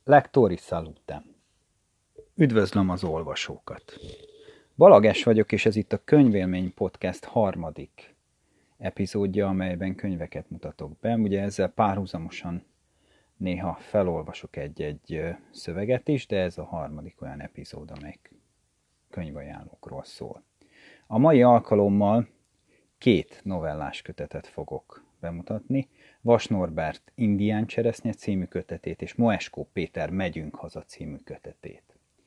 Lectori salutem. Üdvözlöm az olvasókat. Balages vagyok, és ez itt a Könyvélmény Podcast harmadik epizódja, amelyben könyveket mutatok be. Ugye ezzel párhuzamosan néha felolvasok egy-egy szöveget is, de ez a harmadik olyan epizód, amely könyvajánlókról szól. A mai alkalommal 2 novellás kötetet fogok bemutatni. Vas Norbert Indián cseresznye című kötetét és Moeskó Péter Megyünk haza című kötetét.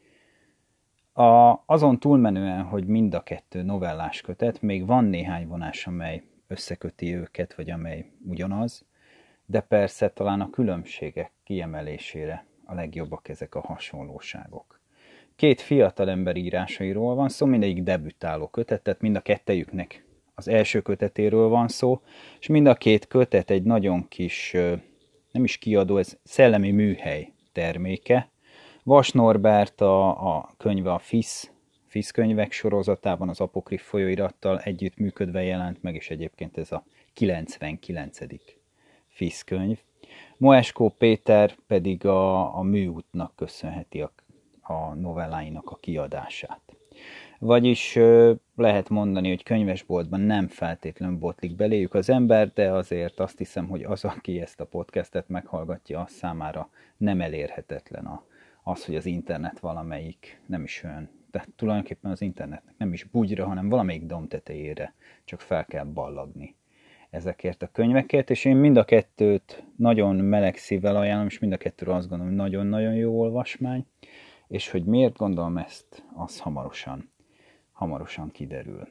Azon túlmenően, hogy mind a 2 novellás kötet, még van néhány vonás, amely összeköti őket, vagy amely ugyanaz, de persze talán a különbségek kiemelésére a legjobbak ezek a hasonlóságok. 2 fiatalember írásairól van szó, mindegyik debütáló kötet, tehát mind a kettejüknek az első kötetéről van szó, és mind a 2 kötet egy nagyon kis, nem is kiadó, ez Szellemi Műhely terméke. Vas Norbert a könyve a FISZ könyvek sorozatában az Apokrif folyóirattal együtt működve jelent meg, és egyébként ez a 99. FISZ könyv. Moeskó Péter pedig a Műútnak köszönheti a novelláinak a kiadását. Vagyis lehet mondani, hogy könyvesboltban nem feltétlenül botlik beléjük az ember, de azért azt hiszem, hogy az, aki ezt a podcastet meghallgatja, az számára nem elérhetetlen az, hogy az internet valamelyik, nem is olyan, de tulajdonképpen az internetnek nem is bugyra, hanem valamelyik domb tetejére csak fel kell ballagni ezekért a könyvekért, és én mind a 2 nagyon meleg szívvel ajánlom, és mind a 2 azt gondolom, hogy nagyon-nagyon jó olvasmány, és hogy miért gondolom ezt, az hamarosan kiderül.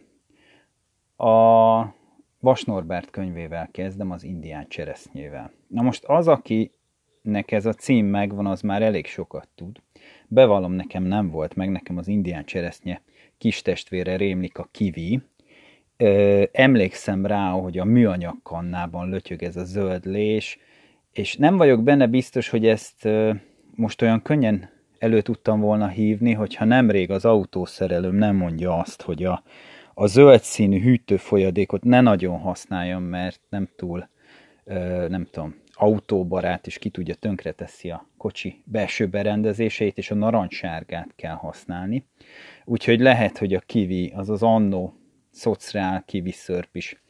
A Vas Norbert könyvével kezdem, az Indián cseresznyével. Na most az, akinek ez a cím megvan, az már elég sokat tud. Bevallom, nekem nem volt meg, nekem az Indián cseresznye kistestvére rémlik a kiwi. Emlékszem rá, hogy a műanyag kannában lötyög ez a zöld lés, és nem vagyok benne biztos, hogy ezt most olyan könnyen elő tudtam volna hívni, hogyha nemrég az autószerelőm nem mondja azt, hogy a zöld színű hűtőfolyadékot ne nagyon használjam, mert nem túl, nem tudom, autóbarát, és ki tudja, tönkreteszi a kocsi belső berendezéseit, és a narancssárgát kell használni. Úgyhogy lehet, hogy a kiwi, az annó szociál kiwi szörp is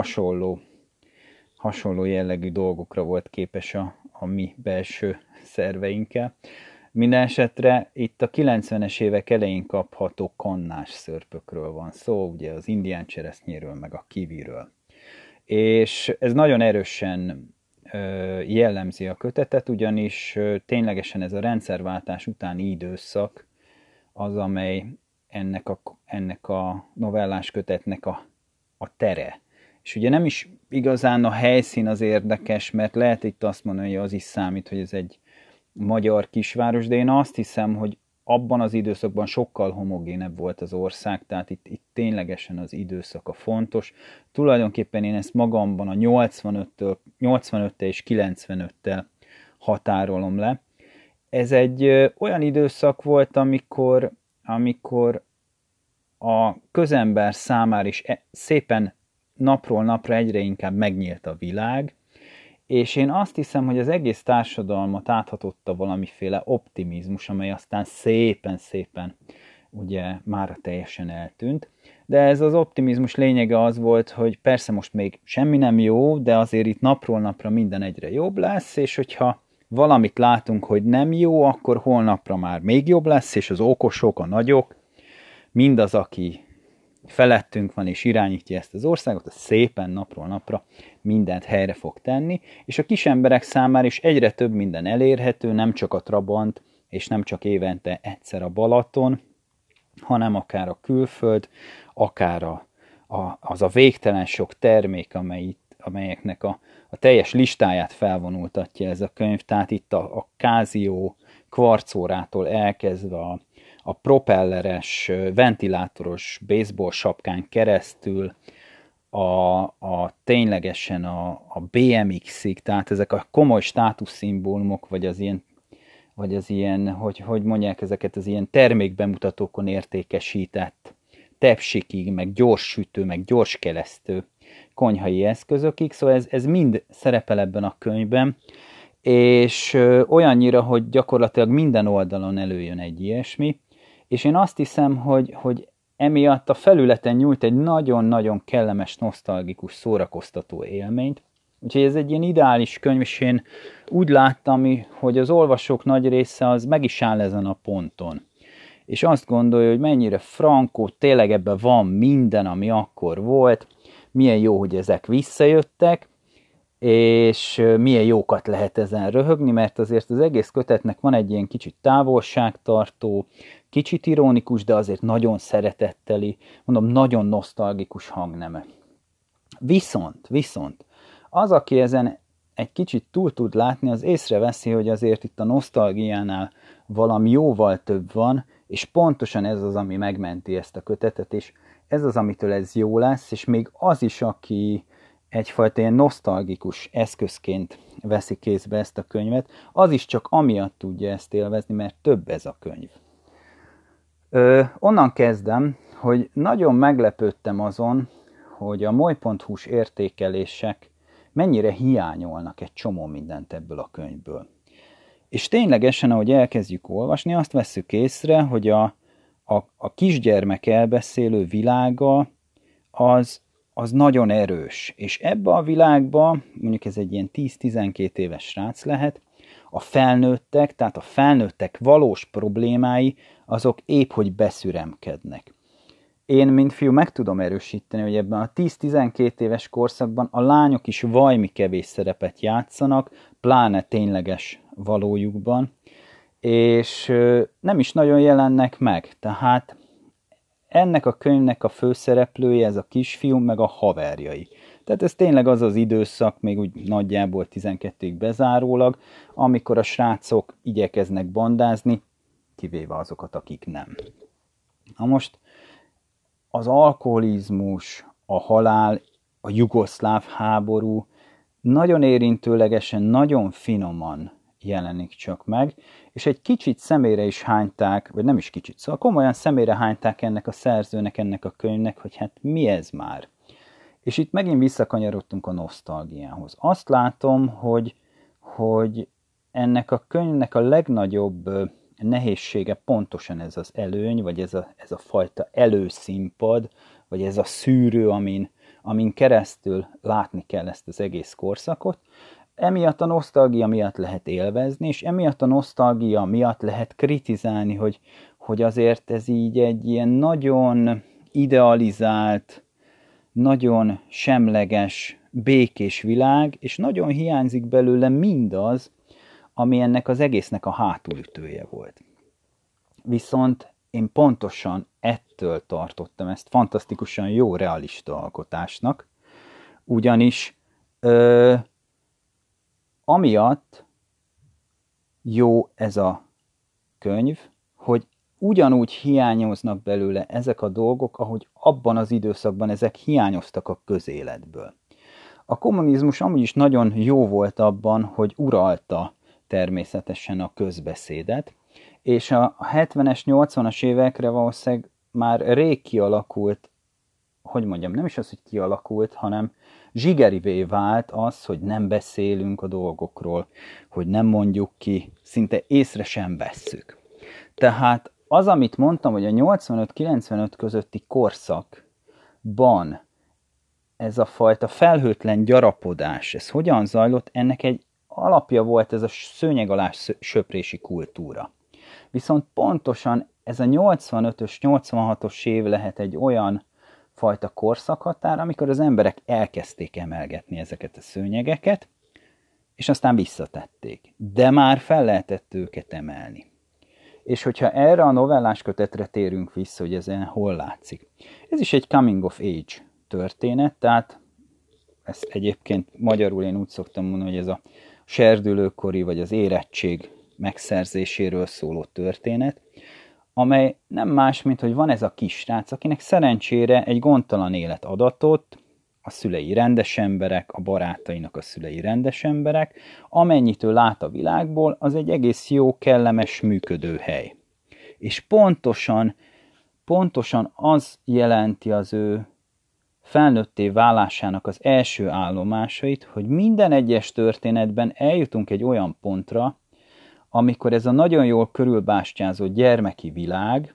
hasonló jellegű dolgokra volt képes a mi belső szerveinkkel. Minden esetre itt a 90-es évek elején kapható kannás szörpökről van szó, ugye az indián cseresznyéről, meg a kiwiről. És ez nagyon erősen jellemzi a kötetet, ugyanis ténylegesen ez a rendszerváltás utáni időszak az, amely ennek a novellás kötetnek a tere. És ugye nem is igazán a helyszín az érdekes, mert lehet itt azt mondani, hogy az is számít, hogy ez egy magyar kisváros, de én azt hiszem, hogy abban az időszakban sokkal homogénebb volt az ország, tehát itt ténylegesen az időszaka fontos. Tulajdonképpen én ezt magamban a 85-tel és 95-tel határolom le. Ez egy olyan időszak volt, amikor a közember számára is szépen napról napra egyre inkább megnyílt a világ, és én azt hiszem, hogy az egész társadalmat áthatotta valamiféle optimizmus, amely aztán szépen ugye mára teljesen eltűnt. De ez az optimizmus lényege az volt, hogy persze most még semmi nem jó, de azért itt napról napra minden egyre jobb lesz, és hogyha valamit látunk, hogy nem jó, akkor holnapra már még jobb lesz, és az okosok, a nagyok, mindaz, aki felettünk van és irányítja ezt az országot, az szépen napról napra mindent helyre fog tenni, és a kis emberek számára is egyre több minden elérhető, nem csak a Trabant, és nem csak évente egyszer a Balaton, hanem akár a külföld, akár az a végtelen sok termék, amelyeknek a teljes listáját felvonultatja ez a könyv, tehát itt a Casio kvarcórától elkezdve a propelleres, ventilátoros baseball sapkán keresztül, ténylegesen a BMX-ig, tehát ezek a komoly státuszszimbólumok, vagy az ilyen, hogy mondják ezeket, az ilyen termékbemutatókon értékesített tepsikig, meg gyors sütő, meg gyors kelesztő konyhai eszközökig, szóval ez mind szerepel ebben a könyvben, és olyannyira, hogy gyakorlatilag minden oldalon előjön egy ilyesmi, és én azt hiszem, hogy emiatt a felületen nyújt egy nagyon-nagyon kellemes, nosztalgikus, szórakoztató élményt. Úgyhogy ez egy ilyen ideális könyv, és én úgy láttam, hogy az olvasók nagy része az meg is áll ezen a ponton. És azt gondolja, hogy mennyire frankó, tényleg ebben van minden, ami akkor volt, milyen jó, hogy ezek visszajöttek, és milyen jókat lehet ezen röhögni, mert azért az egész kötetnek van egy ilyen kicsit távolságtartó, kicsit ironikus, de azért nagyon szeretetteli, mondom, nagyon nosztalgikus hangneme. Viszont, az, aki ezen egy kicsit túl tud látni, az észreveszi, hogy azért itt a nosztalgiánál valami jóval több van, és pontosan ez az, ami megmenti ezt a kötetet, és ez az, amitől ez jó lesz, és még az is, aki egyfajta ilyen nosztalgikus eszközként veszi kézbe ezt a könyvet, az is csak amiatt tudja ezt élvezni, mert több ez a könyv. Onnan kezdem, hogy nagyon meglepődtem azon, hogy a moly.hu-s értékelések mennyire hiányolnak egy csomó mindent ebből a könyvből. És ténylegesen, ahogy elkezdjük olvasni, azt vesszük észre, hogy a kisgyermek elbeszélő világa az nagyon erős. És ebbe a világba, mondjuk ez egy ilyen 10-12 éves srác lehet, a felnőttek, tehát a felnőttek valós problémái, azok épp hogy beszüremkednek. Én, mint fiú, meg tudom erősíteni, hogy ebben a 10-12 éves korszakban a lányok is vajmi kevés szerepet játszanak, pláne tényleges valójukban, és nem is nagyon jelennek meg. Tehát ennek a könyvnek a főszereplője ez a kisfiú, meg a haverjai. Tehát ez tényleg az az időszak, még úgy nagyjából 12-ig bezárólag, amikor a srácok igyekeznek bandázni, kivéve azokat, akik nem. Na most az alkoholizmus, a halál, a jugoszláv háború nagyon érintőlegesen, nagyon finoman jelenik csak meg, és egy kicsit szemére is hányták, vagy nem is kicsit, szóval komolyan szemére hányták ennek a szerzőnek, ennek a könyvnek, hogy hát mi ez már. És itt megint visszakanyarodtunk a nosztalgiához. Azt látom, hogy ennek a könyvnek a legnagyobb nehézsége pontosan ez az előny, vagy ez a fajta előszínpad, vagy ez a szűrő, amin keresztül látni kell ezt az egész korszakot. Emiatt a nosztalgia miatt lehet élvezni, és emiatt a nosztalgia miatt lehet kritizálni, hogy azért ez így egy ilyen nagyon idealizált, nagyon semleges, békés világ, és nagyon hiányzik belőle mindaz, ami ennek az egésznek a hátulütője volt. Viszont én pontosan ettől tartottam ezt fantasztikusan jó realista alkotásnak, ugyanis amiatt jó ez a könyv, hogy ugyanúgy hiányoznak belőle ezek a dolgok, ahogy abban az időszakban ezek hiányoztak a közéletből. A kommunizmus amúgy is nagyon jó volt abban, hogy uralta természetesen a közbeszédet, és a 70-es, 80-as évekre valószínűleg már rég kialakult, hogy mondjam, nem is az, hogy kialakult, hanem zsigerivé vált az, hogy nem beszélünk a dolgokról, hogy nem mondjuk ki, szinte észre sem vesszük. Tehát az, amit mondtam, hogy a 85-95 közötti korszakban ez a fajta felhőtlen gyarapodás, ez hogyan zajlott, ennek egy alapja volt ez a szőnyeg alá söprési kultúra. Viszont pontosan ez a 85-ös, 86-os év lehet egy olyan fajta korszakhatár, amikor az emberek elkezdték emelgetni ezeket a szőnyegeket, és aztán visszatették. De már fel lehetett őket emelni. És hogyha erre a novellás kötetre térünk vissza, hogy ezen hol látszik. Ez is egy coming of age történet, tehát ezt egyébként magyarul én úgy szoktam mondani, hogy ez a serdülőkori vagy az érettség megszerzéséről szóló történet, amely nem más, mint hogy van ez a kisrác, akinek szerencsére egy gondtalan élet adatott, a szülei rendes emberek, a barátainak a szülei rendes emberek, amennyit ő lát a világból, az egy egész jó, kellemes, működő hely. És pontosan az jelenti az ő felnőtté válásának az első állomásait, hogy minden egyes történetben eljutunk egy olyan pontra, amikor ez a nagyon jól körülbástyázott gyermeki világ,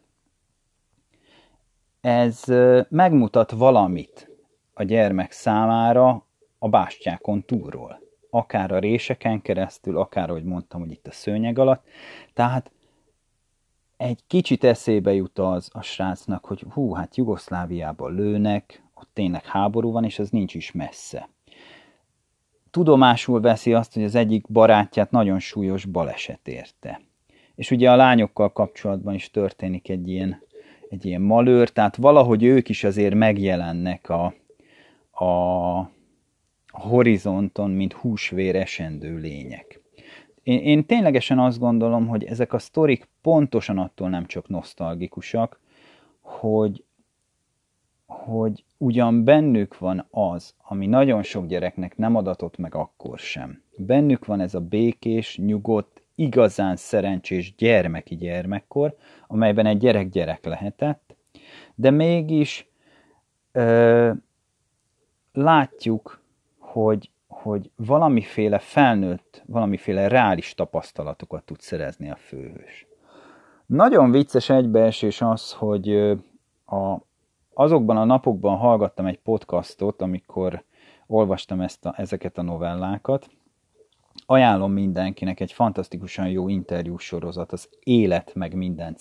ez megmutat valamit a gyermek számára a bástyákon túlról. Akár a réseken keresztül, akár, ahogy mondtam, hogy itt a szőnyeg alatt. Tehát egy kicsit eszébe jut az a srácnak, hogy hát Jugoszláviában lőnek, ott tényleg háború van, és az nincs is messze. Tudomásul veszi azt, hogy az egyik barátját nagyon súlyos baleset érte. És ugye a lányokkal kapcsolatban is történik egy ilyen malőr, tehát valahogy ők is azért megjelennek a horizonton, mint húsvér esendő lények. Én ténylegesen azt gondolom, hogy ezek a sztorik pontosan attól nem csak nosztalgikusak, hogy ugyan bennük van az, ami nagyon sok gyereknek nem adatott meg akkor sem. Bennük van ez a békés, nyugodt, igazán szerencsés gyermeki gyermekkor, amelyben egy gyerek lehetett, de mégis látjuk, hogy valamiféle felnőtt, valamiféle reális tapasztalatokat tud szerezni a főhős. Nagyon vicces egybeesés az, hogy azokban a napokban hallgattam egy podcastot, amikor olvastam ezeket a novellákat. Ajánlom mindenkinek, egy fantasztikusan jó interjú sorozat, az Élet meg minden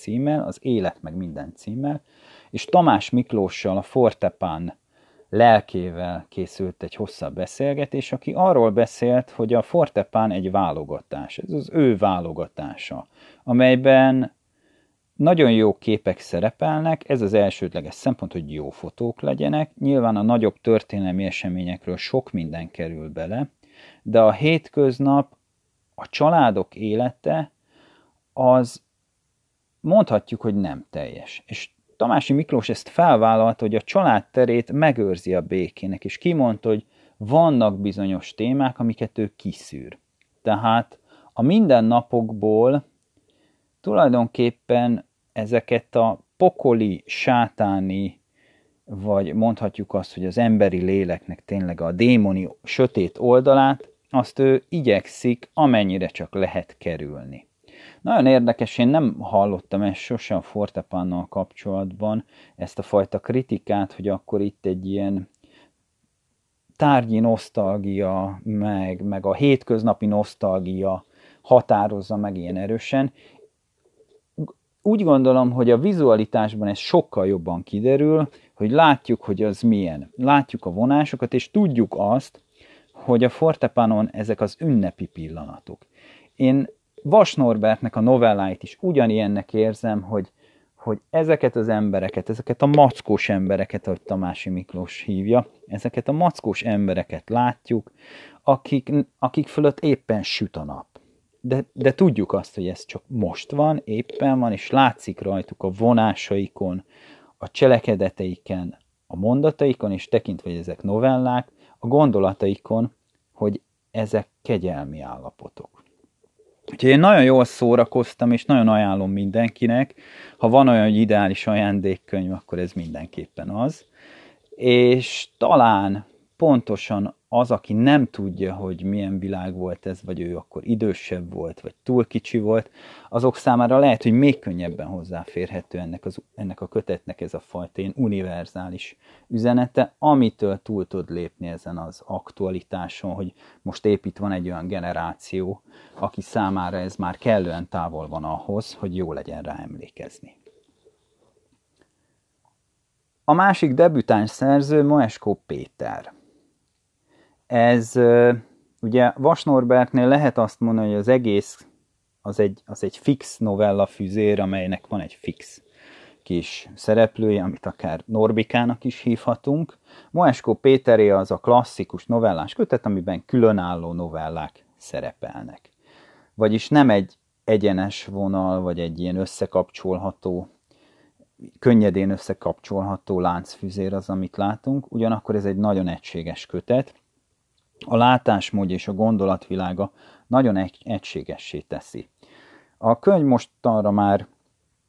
címmel, és Tamás Miklóssal, a Fortepán lelkével készült egy hosszabb beszélgetés, aki arról beszélt, hogy a Fortepán egy válogatás, ez az ő válogatása, amelyben nagyon jó képek szerepelnek, ez az elsődleges szempont, hogy jó fotók legyenek, nyilván a nagyobb történelmi eseményekről sok minden kerül bele, de a hétköznap, a családok élete, az mondhatjuk, hogy nem teljes. És Tamási Miklós ezt felvállalta, hogy a család terét megőrzi a békének, és kimondta, hogy vannak bizonyos témák, amiket ő kiszűr. Tehát a mindennapokból tulajdonképpen ezeket a pokoli, sátáni, vagy mondhatjuk azt, hogy az emberi léleknek tényleg a démoni sötét oldalát, azt ő igyekszik, amennyire csak lehet kerülni. Nagyon érdekes, én nem hallottam ezt sosem Fortepánnal kapcsolatban, ezt a fajta kritikát, hogy akkor itt egy ilyen tárgyi nosztalgia, meg a hétköznapi nosztalgia határozza meg ilyen erősen. Úgy gondolom, hogy a vizualitásban ez sokkal jobban kiderül, hogy látjuk, hogy az milyen. Látjuk a vonásokat, és tudjuk azt, hogy a Fortepánon ezek az ünnepi pillanatok. Én Vas Norbertnek a novelláit is ugyanilyennek érzem, hogy ezeket az embereket, ezeket a mackós embereket, ahogy Tamási Miklós hívja, ezeket a mackós embereket látjuk, akik fölött éppen süt a nap. De tudjuk azt, hogy ez csak most van, éppen van, és látszik rajtuk a vonásaikon, a cselekedeteiken, a mondataikon, és tekintve, hogy ezek novellák, a gondolataikon, hogy ezek kegyelmi állapotok. Úgyhogy én nagyon jól szórakoztam, és nagyon ajánlom mindenkinek. Ha van olyan ideális ajándékkönyv, akkor ez mindenképpen az. És talán pontosan az, aki nem tudja, hogy milyen világ volt ez, vagy ő akkor idősebb volt, vagy túl kicsi volt, azok számára lehet, hogy még könnyebben hozzáférhető ennek a kötetnek ez a fajta ilyen univerzális üzenete, amitől túl tud lépni ezen az aktualitáson, hogy most épp itt van egy olyan generáció, aki számára ez már kellően távol van ahhoz, hogy jó legyen rá emlékezni. A másik debütáns szerző Moeskó Péter. Ez ugye Vas Norbertnél lehet azt mondani, hogy az egész az egy fix novella füzér, amelynek van egy fix kis szereplője, amit akár Norbikának is hívhatunk. Moeskó Péteré az a klasszikus novellás kötet, amiben különálló novellák szerepelnek. Vagyis nem egy egyenes vonal, vagy egy ilyen összekapcsolható, könnyedén összekapcsolható láncfüzér az, amit látunk, ugyanakkor ez egy nagyon egységes kötet. A látásmódja és a gondolatvilága nagyon egységessé teszi. A könyv mostanra már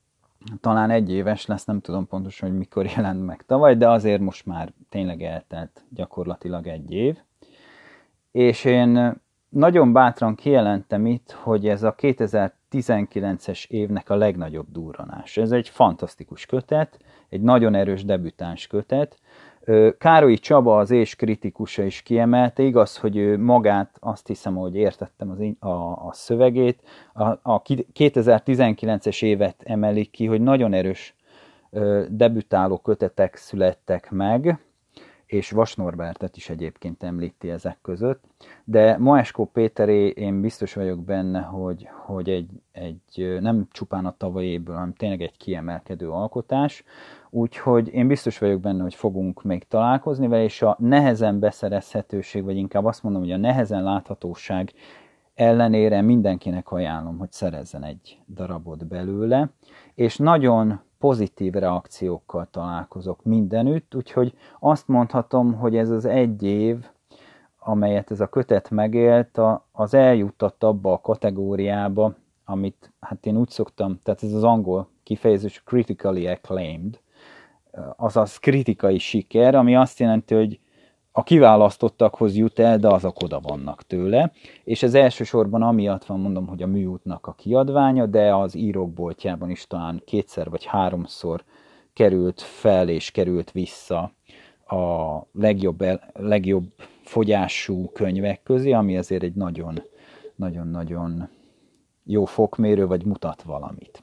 talán 1 éves lesz, nem tudom pontosan, hogy mikor jelent meg tavaly, de azért most már tényleg eltelt gyakorlatilag 1 év. És én nagyon bátran kijelentem itt, hogy ez a 2019-es évnek a legnagyobb durranás. Ez egy fantasztikus kötet, egy nagyon erős debütáns kötet. Károlyi Csaba, az És kritikusa is kiemelte, igaz, hogy ő magát, azt hiszem, hogy értettem a szövegét, a 2019-es évet emelik ki, hogy nagyon erős debütáló kötetek születtek meg, és Vas Norbertet is egyébként említi ezek között, de Moeskó Péteré, én biztos vagyok benne, hogy egy nem csupán a tavalyi évből, hanem tényleg egy kiemelkedő alkotás, úgyhogy én biztos vagyok benne, hogy fogunk még találkozni vele, és a nehezen beszerezhetőség, vagy inkább azt mondom, hogy a nehezen láthatóság ellenére mindenkinek ajánlom, hogy szerezzen egy darabot belőle, és nagyon pozitív reakciókkal találkozok mindenütt, úgyhogy azt mondhatom, hogy ez az 1 év, amelyet ez a kötet megélt, az eljutott abba a kategóriába, amit hát én úgy szoktam, tehát ez az angol kifejezés critically acclaimed, azaz kritikai siker, ami azt jelenti, hogy a kiválasztottakhoz jut el, de azok oda vannak tőle, és ez elsősorban amiatt van, mondom, hogy a Műútnak a kiadványa, de az írók boltjában is talán 2 vagy 3-szor került fel és került vissza a legjobb fogyású könyvek közé, ami azért egy nagyon-nagyon jó fokmérő, vagy mutat valamit.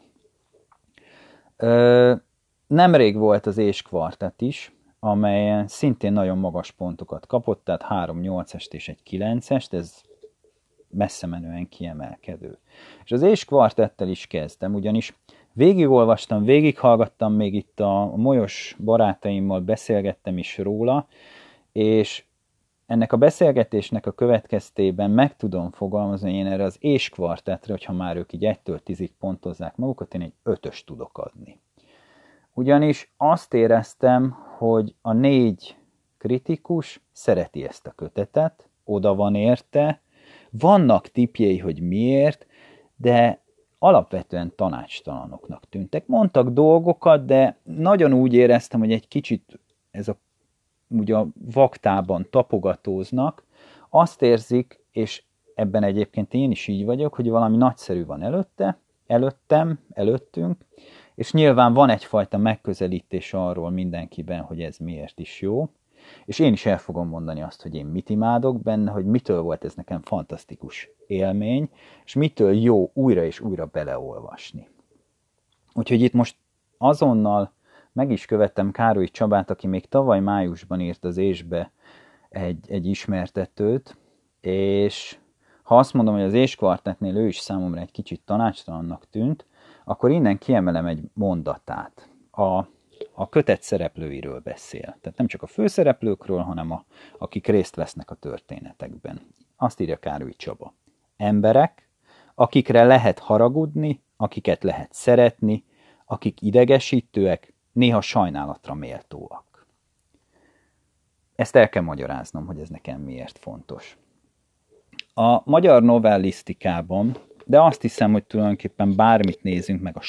Nemrég volt az És Kvartett is, amelyen szintén nagyon magas pontokat kapott, tehát 3 8-est és egy 9-est, ez messze menően kiemelkedő. És az És Kvartettel is kezdtem, ugyanis végigolvastam, végighallgattam, még itt a molyos barátaimmal beszélgettem is róla, és ennek a beszélgetésnek a következtében meg tudom fogalmazni, hogy én erre az És Kvartettre, hogyha már ők így 1-től 10-ig pontozzák magukat, én egy 5-öst tudok adni. Ugyanis azt éreztem, hogy a 4 kritikus szereti ezt a kötetet, oda van érte, vannak tippjei, hogy miért, de alapvetően tanácstalanoknak tűntek. Mondtak dolgokat, de nagyon úgy éreztem, hogy egy kicsit ez úgy a vaktában tapogatóznak, azt érzik, és ebben egyébként én is így vagyok, hogy valami nagyszerű van előttünk, és nyilván van egyfajta megközelítés arról mindenkiben, hogy ez miért is jó, és én is el fogom mondani azt, hogy én mit imádok benne, hogy mitől volt ez nekem fantasztikus élmény, és mitől jó újra és újra beleolvasni. Úgyhogy itt most azonnal meg is követtem Károlyi Csabát, aki még tavaly májusban írt az Ésbe egy ismertetőt, és ha azt mondom, hogy az És Kvartettnél ő is számomra egy kicsit tanácstalannak tűnt, akkor innen kiemelem egy mondatát. A kötet szereplőiről beszél. Tehát nem csak a főszereplőkről, hanem akik részt vesznek a történetekben. Azt írja Károlyi Csaba. Emberek, akikre lehet haragudni, akiket lehet szeretni, akik idegesítőek, néha sajnálatra méltóak. Ezt el kell magyaráznom, hogy ez nekem miért fontos. A magyar novellisztikában, de azt hiszem, hogy tulajdonképpen bármit nézünk, meg a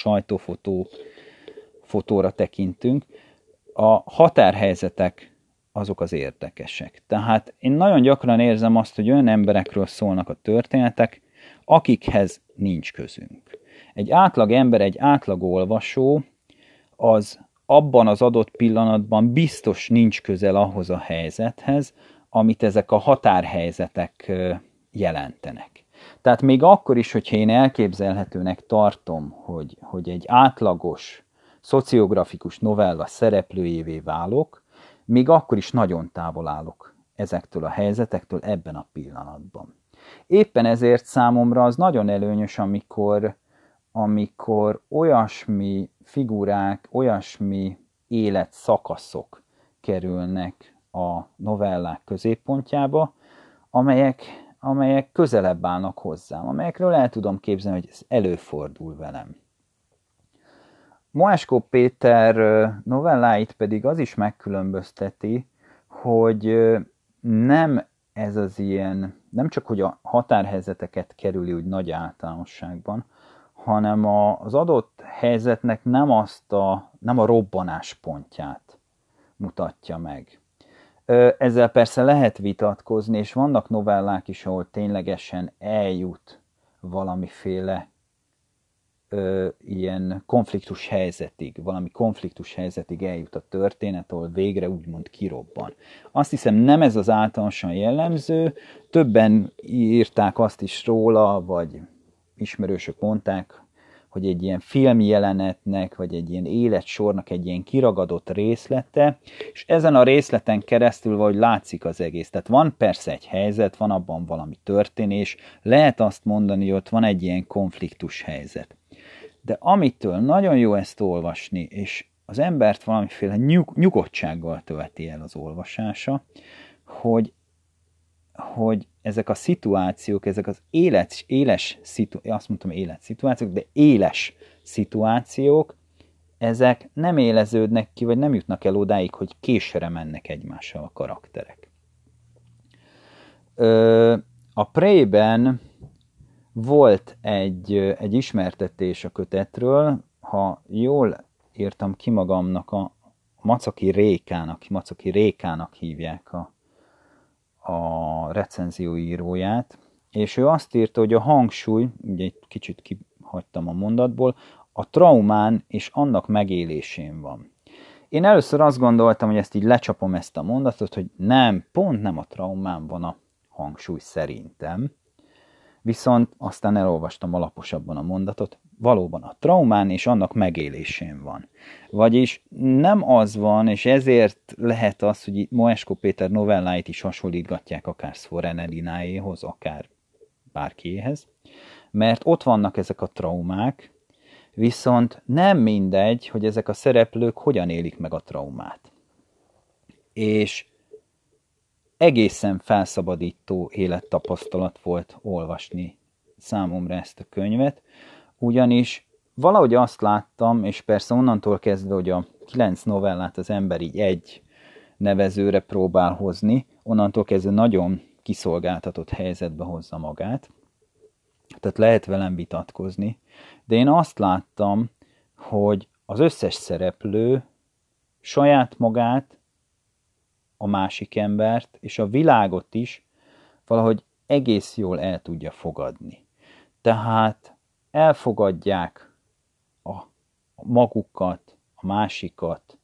sajtófotóra tekintünk, a határhelyzetek azok az érdekesek. Tehát én nagyon gyakran érzem azt, hogy olyan emberekről szólnak a történetek, akikhez nincs közünk. Egy átlag ember, egy átlag olvasó, az abban az adott pillanatban biztos nincs közel ahhoz a helyzethez, amit ezek a határhelyzetek jelentenek. Tehát még akkor is, hogyha én elképzelhetőnek tartom, hogy egy átlagos, szociografikus novella szereplőjévé válok, még akkor is nagyon távol állok ezektől a helyzetektől ebben a pillanatban. Éppen ezért számomra az nagyon előnyös, amikor olyasmi figurák, olyasmi életszakaszok kerülnek a novellák középpontjába, amelyek közelebb állnak hozzám, amelyekről el tudom képzelni, hogy ez előfordul velem. Moeskó Péter novelláit pedig az is megkülönbözteti, hogy nem ez az ilyen, nem csak hogy a határhelyzeteket kerüli úgy nagy általánosságban, hanem az adott helyzetnek nem a robbanáspontját mutatja meg. Ezzel persze lehet vitatkozni, és vannak novellák is, ahol ténylegesen eljut valamiféle ilyen konfliktus helyzetig eljut a történet, ahol végre úgymond kirobban. Azt hiszem, nem ez az általánosan jellemző, többen írták azt is róla, vagy ismerősök mondták, hogy egy ilyen filmjelenetnek, vagy egy ilyen életsornak egy ilyen kiragadott részlete, és ezen a részleten keresztül valahogy látszik az egész. Tehát van persze egy helyzet, van abban valami történés, lehet azt mondani, hogy ott van egy ilyen konfliktus helyzet. De amitől nagyon jó ezt olvasni, és az embert valamiféle nyugodtsággal tölti el az olvasása, hogy ezek a szituációk, ezek az éles szituációk, ezek nem éleződnek ki, vagy nem jutnak el odáig, hogy késre mennek egymással a karakterek. A Prey-ben volt egy ismertetés a kötetről, ha jól írtam ki magamnak, a Macaki Rékának hívják a recenzióíróját, és ő azt írta, hogy a hangsúly, ugye egy kicsit kihagytam a mondatból, a traumán és annak megélésén van. Én először azt gondoltam, hogy ezt így lecsapom ezt a mondatot, hogy pont nem a traumán van a hangsúly szerintem, viszont aztán elolvastam alaposabban a mondatot, valóban a traumán és annak megélésén van. Vagyis nem az van, és ezért lehet az, hogy Moesko Péter novelláit is hasonlítgatják akár Szoren Elináéhoz, akár bárkiéhez, mert ott vannak ezek a traumák, viszont nem mindegy, hogy ezek a szereplők hogyan élik meg a traumát. És egészen felszabadító élettapasztalat volt olvasni számomra ezt a könyvet, ugyanis valahogy azt láttam, és persze onnantól kezdve, hogy a 9 novellát az ember így egy nevezőre próbál hozni, onnantól kezdve nagyon kiszolgáltatott helyzetbe hozza magát, tehát lehet velem vitatkozni, de én azt láttam, hogy az összes szereplő saját magát, a másik embert, és a világot is valahogy egész jól el tudja fogadni. Tehát elfogadják a magukat, a másikat,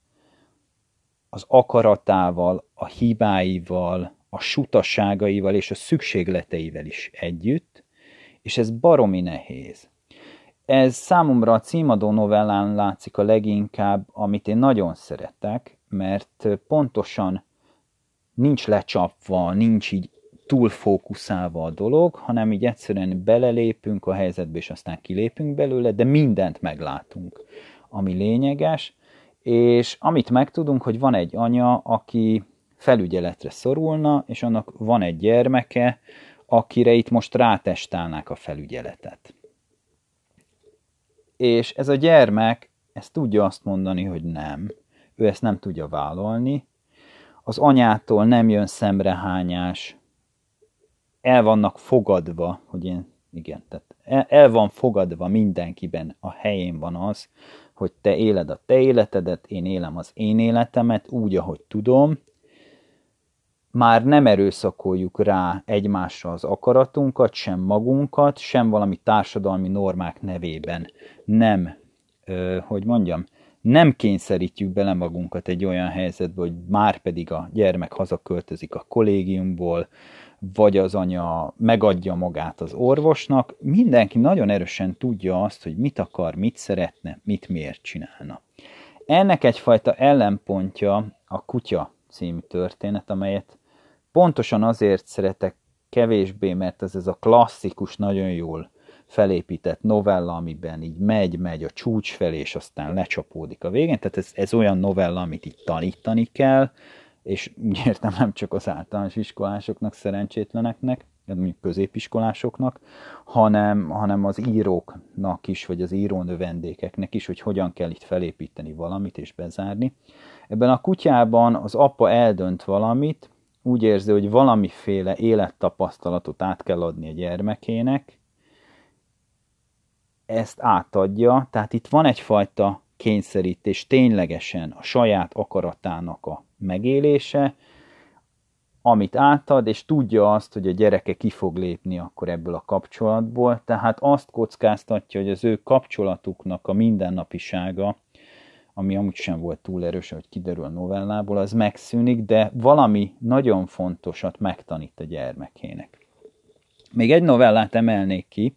az akaratával, a hibáival, a sutaságaival és a szükségleteivel is együtt, és ez baromi nehéz. Ez számomra a címadó novellán látszik a leginkább, amit én nagyon szeretek, mert pontosan nincs lecsapva, nincs így túl fókuszálva a dolog, hanem így egyszerűen belelépünk a helyzetbe, és aztán kilépünk belőle, de mindent meglátunk, ami lényeges, és amit megtudunk, hogy van egy anya, aki felügyeletre szorulna, és annak van egy gyermeke, akire itt most rátestálnák a felügyeletet. És ez a gyermek, ezt tudja azt mondani, hogy nem, ő ezt nem tudja vállalni, az anyától nem jön szemrehányás, el vannak fogadva, tehát el van fogadva mindenkiben, a helyén van az, hogy te éled a te életedet, én élem az én életemet, úgy, ahogy tudom. Már nem erőszakoljuk rá egymásra az akaratunkat, sem magunkat, sem valami társadalmi normák nevében nem kényszerítjük bele magunkat egy olyan helyzetbe, hogy már pedig a gyermek hazaköltözik a kollégiumból, vagy az anya megadja magát az orvosnak. Mindenki nagyon erősen tudja azt, hogy mit akar, mit szeretne, mit miért csinálna. Ennek egyfajta ellenpontja a Kutya című történet, amelyet pontosan azért szeretek kevésbé, mert ez a klasszikus, nagyon jól felépített novella, amiben így megy a csúcs felé, és aztán lecsapódik a végén. Tehát ez olyan novella, amit így tanítani kell, és úgy értem nem csak az általános iskolásoknak, szerencsétleneknek, mondjuk középiskolásoknak, hanem az íróknak is, vagy az írónövendékeknek is, hogy hogyan kell itt felépíteni valamit és bezárni. Ebben a Kutyában az apa eldönt valamit, úgy érzi, hogy valamiféle élettapasztalatot át kell adni a gyermekének, ezt átadja, tehát itt van egyfajta kényszerítés, ténylegesen a saját akaratának a megélése, amit átad, és tudja azt, hogy a gyereke ki fog lépni akkor ebből a kapcsolatból, tehát azt kockáztatja, hogy az ő kapcsolatuknak a mindennapisága, ami amúgy sem volt túl erős, hogy kiderül a novellából, az megszűnik, de valami nagyon fontosat megtanít a gyermekének. Még egy novellát emelnék ki,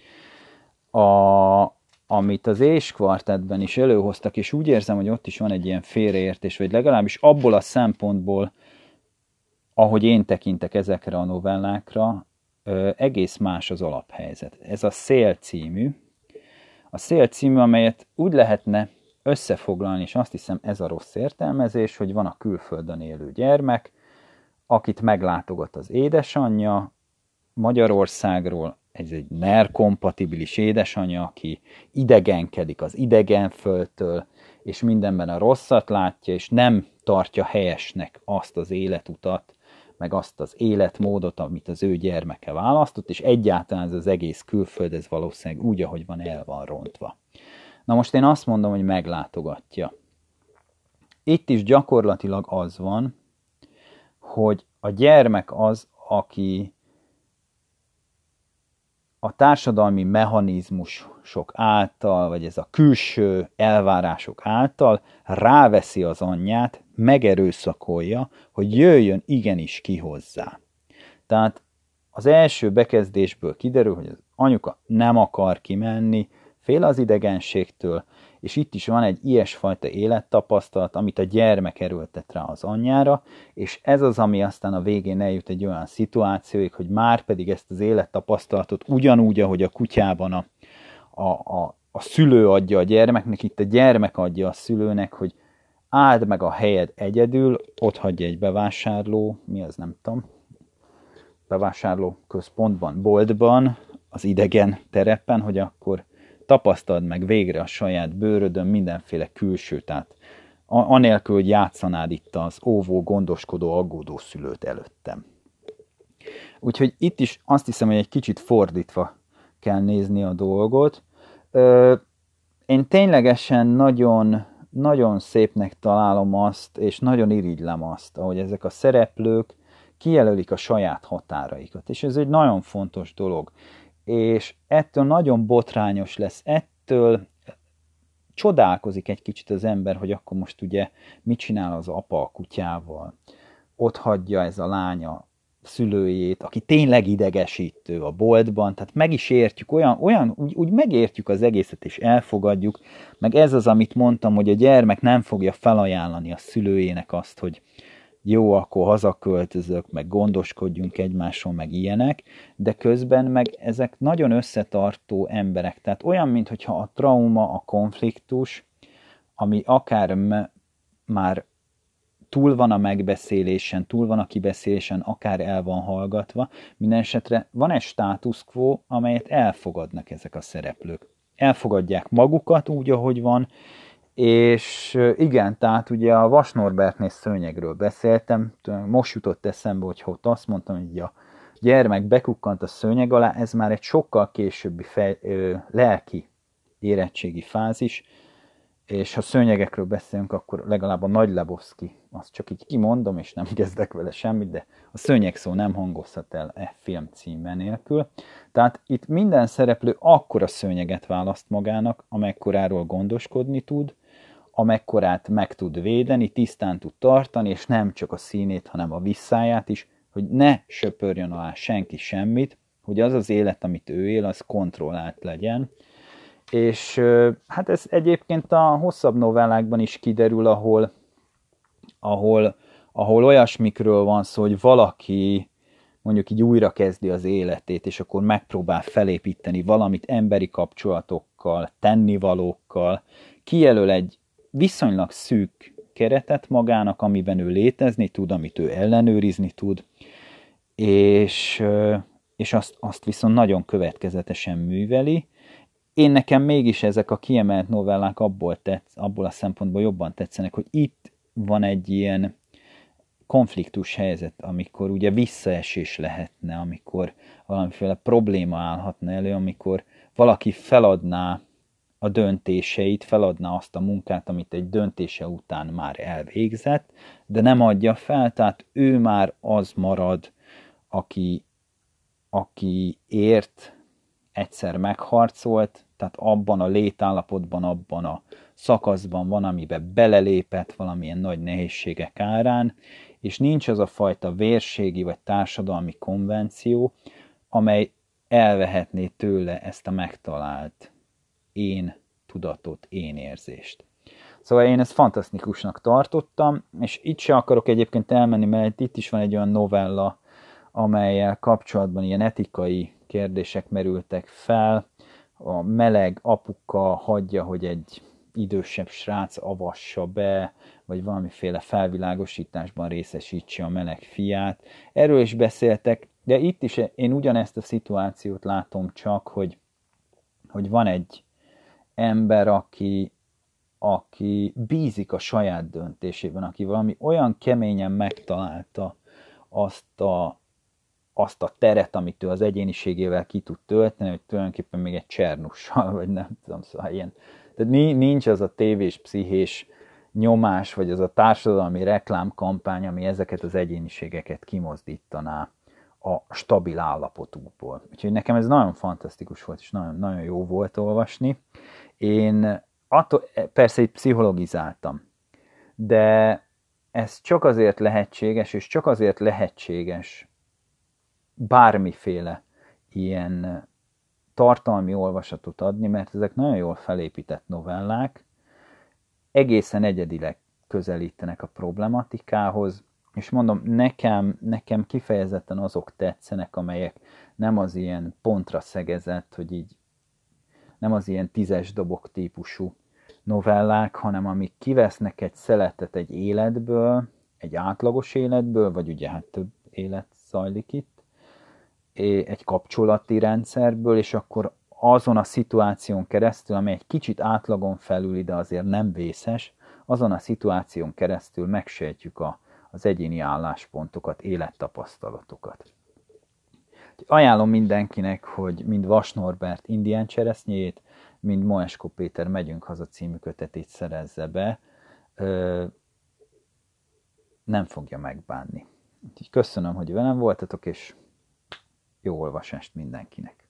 amit az Age Quartetben is előhoztak, és úgy érzem, hogy ott is van egy ilyen félreértés, vagy legalábbis abból a szempontból, ahogy én tekintek ezekre a novellákra, egész más az alaphelyzet. Ez a Szél című. A Szél című, amelyet úgy lehetne összefoglalni, és azt hiszem ez a rossz értelmezés, hogy van a külföldön élő gyermek, akit meglátogat az édesanyja Magyarországról, ez egy NER-kompatibilis édesanyja, aki idegenkedik az idegenföldtől, és mindenben a rosszat látja, és nem tartja helyesnek azt az életutat, meg azt az életmódot, amit az ő gyermeke választott, és egyáltalán ez az egész külföld, ez valószínűleg úgy, ahogy van, el van rontva. Na most én azt mondom, hogy meglátogatja. Itt is gyakorlatilag az van, hogy a gyermek az, aki a társadalmi mechanizmusok által, vagy ez a külső elvárások által ráveszi az anyját, megerőszakolja, hogy jöjjön igenis ki hozzá. Tehát az első bekezdésből kiderül, hogy az anyuka nem akar kimenni, fél az idegenségtől, és itt is van egy ilyesfajta élettapasztalat, amit a gyermek erőltet rá az anyjára, és ez az, ami aztán a végén eljut egy olyan szituációig, hogy már pedig ezt az élettapasztalatot ugyanúgy, ahogy a kutyában a szülő adja a gyermeknek, itt a gyermek adja a szülőnek, hogy áld meg a helyed egyedül, ott hagyja egy bevásárló, mi az nem tudom, bevásárló központban, boltban, az idegen terepen, hogy akkor tapasztald meg végre a saját bőrödön mindenféle külső, tehát anélkül, hogy játszanád itt az óvó, gondoskodó, aggódó szülőt előttem. Úgyhogy itt is azt hiszem, hogy egy kicsit fordítva kell nézni a dolgot. Én ténylegesen nagyon, nagyon szépnek találom azt, és nagyon irigylem azt, ahogy ezek a szereplők kijelölik a saját határaikat. És ez egy nagyon fontos dolog. És ettől nagyon botrányos lesz, ettől csodálkozik egy kicsit az ember, hogy akkor most ugye mit csinál az apa a kutyával. Ott hagyja ez a lánya szülőjét, aki tényleg idegesítő a boltban, tehát meg is értjük, úgy megértjük az egészet, és elfogadjuk, meg ez az, amit mondtam, hogy a gyermek nem fogja felajánlani a szülőjének azt, hogy jó, akkor hazaköltözök, meg gondoskodjunk egymásról, meg ilyenek, de közben meg ezek nagyon összetartó emberek. Tehát olyan, mintha a trauma, a konfliktus, ami akár már túl van a megbeszélésen, túl van a kibeszélésen, akár el van hallgatva, minden esetre van egy status quo, amelyet elfogadnak ezek a szereplők. Elfogadják magukat úgy, ahogy van, és igen, tehát ugye a Vas Norbertnél szőnyegről beszéltem, most jutott eszembe, hogy ott azt mondtam, hogy a gyermek bekukkant a szőnyeg alá, ez már egy sokkal későbbi lelki érettségi fázis, és ha szőnyegekről beszélünk, akkor legalább a Nagy Lebowski, azt csak így kimondom, és nem kezdek vele semmit, de a szőnyeg szó nem hangozhat el film címe nélkül. Tehát itt minden szereplő akkora szőnyeget választ magának, amekkoráról gondoskodni tud, amekkorát meg tud védeni, tisztán tud tartani, és nem csak a színét, hanem a visszáját is, hogy ne söpörjön alá senki semmit, hogy az az élet, amit ő él, az kontrollált legyen. És hát ez egyébként a hosszabb novellákban is kiderül, ahol olyasmikről van szó, hogy valaki mondjuk így újra kezdi az életét, és akkor megpróbál felépíteni valamit emberi kapcsolatokkal, tennivalókkal, kijelöl egy viszonylag szűk keretet magának, amiben ő létezni tud, amit ő ellenőrizni tud, és azt viszont nagyon következetesen műveli. Én nekem mégis ezek a kiemelt novellák abból a szempontból jobban tetszenek, hogy itt van egy ilyen konfliktus helyzet, amikor ugye visszaesés lehetne, amikor valamiféle probléma állhatna elő, amikor valaki feladná a döntéseit, feladná azt a munkát, amit egy döntése után már elvégzett, de nem adja fel, tehát ő már az marad, aki ért, egyszer megharcolt, tehát abban a létállapotban, abban a szakaszban van, amiben belelépett valamilyen nagy nehézségek árán, és nincs az a fajta vérségi vagy társadalmi konvenció, amely elvehetné tőle ezt a megtalált én tudatot, én érzést. Szóval én ezt fantasztikusnak tartottam, és itt se akarok egyébként elmenni, mert itt is van egy olyan novella, amellyel kapcsolatban ilyen etikai kérdések merültek fel. A meleg apuka hagyja, hogy egy idősebb srác avassa be, vagy valamiféle felvilágosításban részesítse a meleg fiát. Erről is beszéltek, de itt is én ugyanezt a szituációt látom csak, hogy van egy ember, aki bízik a saját döntésében, aki valami olyan keményen megtalálta azt a teret, amit ő az egyéniségével ki tud tölteni, hogy tulajdonképpen még egy Csernussal, vagy nem tudom, szóval ilyen. Tehát nincs az a tévés, pszichés nyomás, vagy az a társadalmi reklámkampány, ami ezeket az egyéniségeket kimozdítaná a stabil állapotukból. Úgyhogy nekem ez nagyon fantasztikus volt, és nagyon, nagyon jó volt olvasni. Én persze itt pszichologizáltam, de ez csak azért lehetséges, és csak azért lehetséges bármiféle ilyen tartalmi olvasatot adni, mert ezek nagyon jól felépített novellák, egészen egyedileg közelítenek a problematikához, és mondom, nekem kifejezetten azok tetszenek, amelyek nem az ilyen pontra szegezett, hogy így nem az ilyen 10-es dobok típusú novellák, hanem amik kivesznek egy szeletet egy életből, egy átlagos életből, vagy ugye hát több élet zajlik itt, egy kapcsolati rendszerből, és akkor azon a szituáción keresztül, ami egy kicsit átlagon felüli, de azért nem vészes, azon a szituáción keresztül megsejtjük az egyéni álláspontokat, élettapasztalatokat. Ajánlom mindenkinek, hogy mind Vas Norbert Indián cseresznyéjét, mind Moesko Péter Megyünk haza című kötetét szerezze be, nem fogja megbánni. Úgyhogy köszönöm, hogy velem voltatok, és jó olvasást mindenkinek!